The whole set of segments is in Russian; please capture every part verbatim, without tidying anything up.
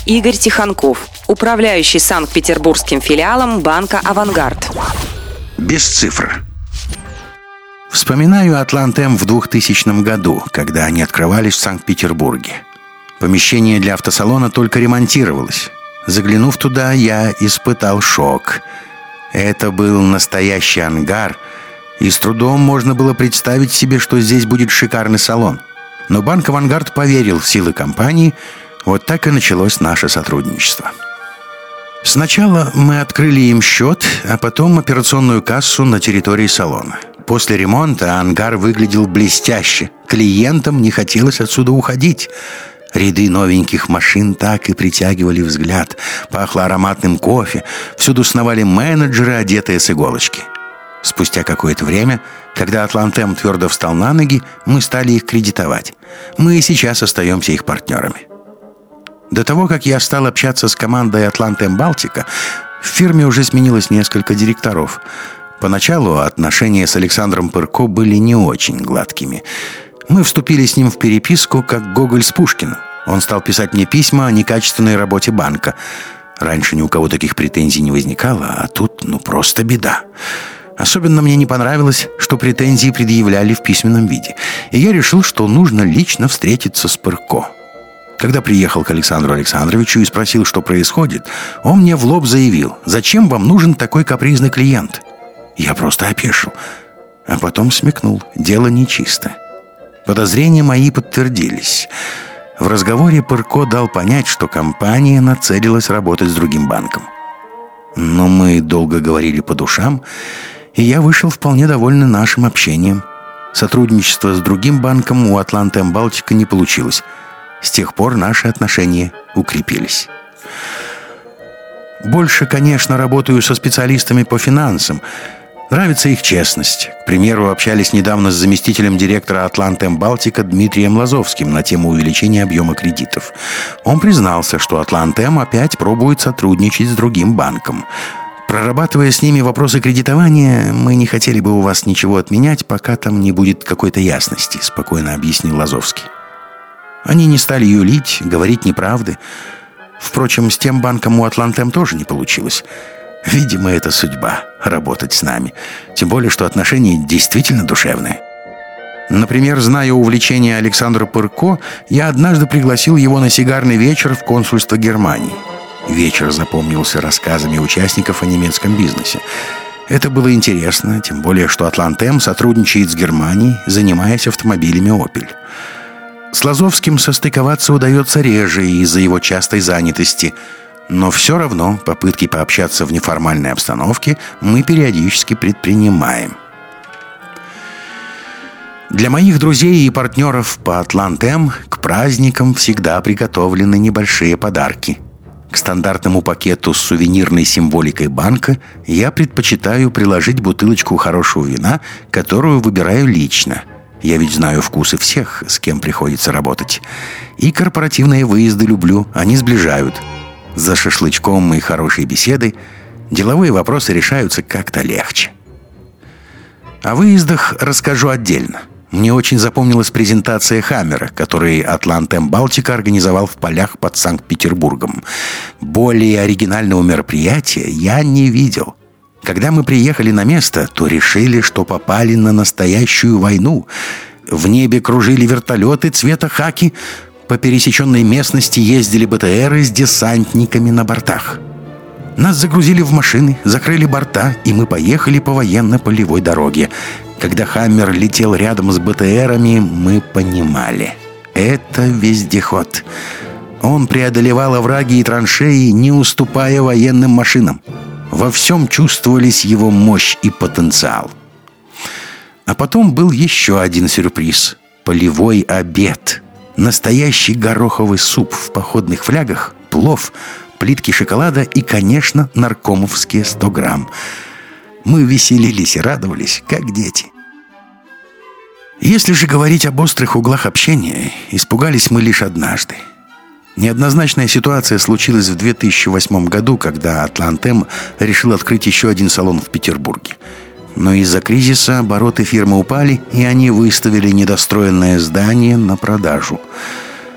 Игорь Тихонков, управляющий Санкт-Петербургским филиалом банка «Авангард». Без цифр. Вспоминаю «Атлантэм» в двухтысячном году, когда они открывались в Санкт-Петербурге. Помещение для автосалона только ремонтировалось. Заглянув туда, я испытал шок. Это был настоящий ангар, и с трудом можно было представить себе, что здесь будет шикарный салон. Но банк «Авангард» поверил в силы компании. Вот так и началось наше сотрудничество. Сначала мы открыли им счет, а потом операционную кассу на территории салона. После ремонта ангар выглядел блестяще. Клиентам не хотелось отсюда уходить. Ряды новеньких машин так и притягивали взгляд. Пахло ароматным кофе. Всюду сновали менеджеры, одетые с иголочки. Спустя какое-то время, когда «Атлантэм» твердо встал на ноги, мы стали их кредитовать. Мы и сейчас остаемся их партнерами. До того, как я стал общаться с командой «Атлантэм Балтика», в фирме уже сменилось несколько директоров. Поначалу отношения с Александром Пырко были не очень гладкими. Мы вступили с ним в переписку, как Гоголь с Пушкиным. Он стал писать мне письма о некачественной работе банка. Раньше ни у кого таких претензий не возникало, а тут, ну, просто беда. Особенно мне не понравилось, что претензии предъявляли в письменном виде. И я решил, что нужно лично встретиться с Пырко. Когда приехал к Александру Александровичу и спросил, что происходит, он мне в лоб заявил: «Зачем вам нужен такой капризный клиент?» Я просто опешил, а потом смекнул: дело нечисто. Подозрения мои подтвердились. В разговоре Пырко дал понять, что компания нацелилась работать с другим банком. Но мы долго говорили по душам, и я вышел вполне довольный нашим общением. Сотрудничество с другим банком у «Атлантэм Балтика» не получилось. С тех пор наши отношения укрепились. Больше, конечно, работаю со специалистами по финансам. Нравится их честность. К примеру, общались недавно с заместителем директора «Атлантэм Балтика» Дмитрием Лазовским на тему увеличения объема кредитов. Он признался, что «Атлантэм» опять пробует сотрудничать с другим банком. Прорабатывая с ними вопросы кредитования, мы не хотели бы у вас ничего отменять, пока там не будет какой-то ясности, спокойно объяснил Лазовский. Они не стали юлить, говорить неправды. Впрочем, с тем банком у «Атлантэм» тоже не получилось. Видимо, это судьба — работать с нами. Тем более, что отношения действительно душевные. Например, зная увлечение Александра Пырко, я однажды пригласил его на сигарный вечер в консульство Германии. Вечер запомнился рассказами участников о немецком бизнесе. Это было интересно, тем более, что «Атлантэм» сотрудничает с Германией, занимаясь автомобилями «Опель». С Лазовским состыковаться удается реже из-за его частой занятости. Но все равно попытки пообщаться в неформальной обстановке мы периодически предпринимаем. Для моих друзей и партнеров по «Атлантэм» к праздникам всегда приготовлены небольшие подарки. К стандартному пакету с сувенирной символикой банка я предпочитаю приложить бутылочку хорошего вина, которую выбираю лично. Я ведь знаю вкусы всех, с кем приходится работать. И корпоративные выезды люблю, они сближают. За шашлычком и хорошей беседой деловые вопросы решаются как-то легче. О выездах расскажу отдельно. Мне очень запомнилась презентация «Хаммера», который «Атлантэм Балтика» организовал в полях под Санкт-Петербургом. Более оригинального мероприятия я не видел. Когда мы приехали на место, то решили, что попали на настоящую войну. В небе кружили вертолеты цвета хаки. По пересеченной местности ездили БТРы с десантниками на бортах. Нас загрузили в машины, закрыли борта, и мы поехали по военно-полевой дороге. Когда «Хаммер» летел рядом с БТРами, мы понимали — это вездеход. Он преодолевал овраги и траншеи, не уступая военным машинам. Во всем чувствовались его мощь и потенциал. А потом был еще один сюрприз — полевой обед. Настоящий гороховый суп в походных флягах, плов, плитки шоколада и, конечно, наркомовские сто грамм. Мы веселились и радовались, как дети. Если же говорить об острых углах общения, испугались мы лишь однажды. Неоднозначная ситуация случилась в две тысячи восьмом году, когда «Атлантэм» решил открыть еще один салон в Петербурге. Но из-за кризиса обороты фирмы упали, и они выставили недостроенное здание на продажу.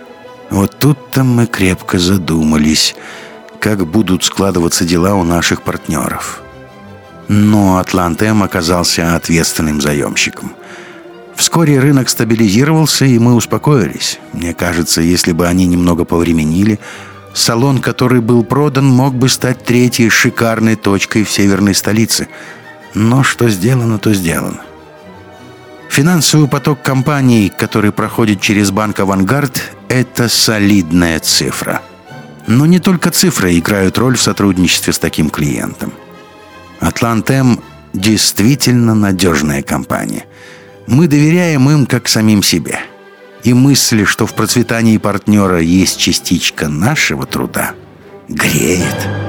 Вот тут-то мы крепко задумались, как будут складываться дела у наших партнеров. Но Атлант-М оказался ответственным заемщиком. Вскоре рынок стабилизировался, и мы успокоились. Мне кажется, если бы они немного повременили, салон, который был продан, мог бы стать третьей шикарной точкой в северной столице. Но что сделано, то сделано. Финансовый поток компаний, который проходит через банк «Авангард», это солидная цифра. Но не только цифры играют роль в сотрудничестве с таким клиентом. «Атлант-М» действительно надежная компания. Мы доверяем им как самим себе. И мысль, что в процветании партнера есть частичка нашего труда, греет.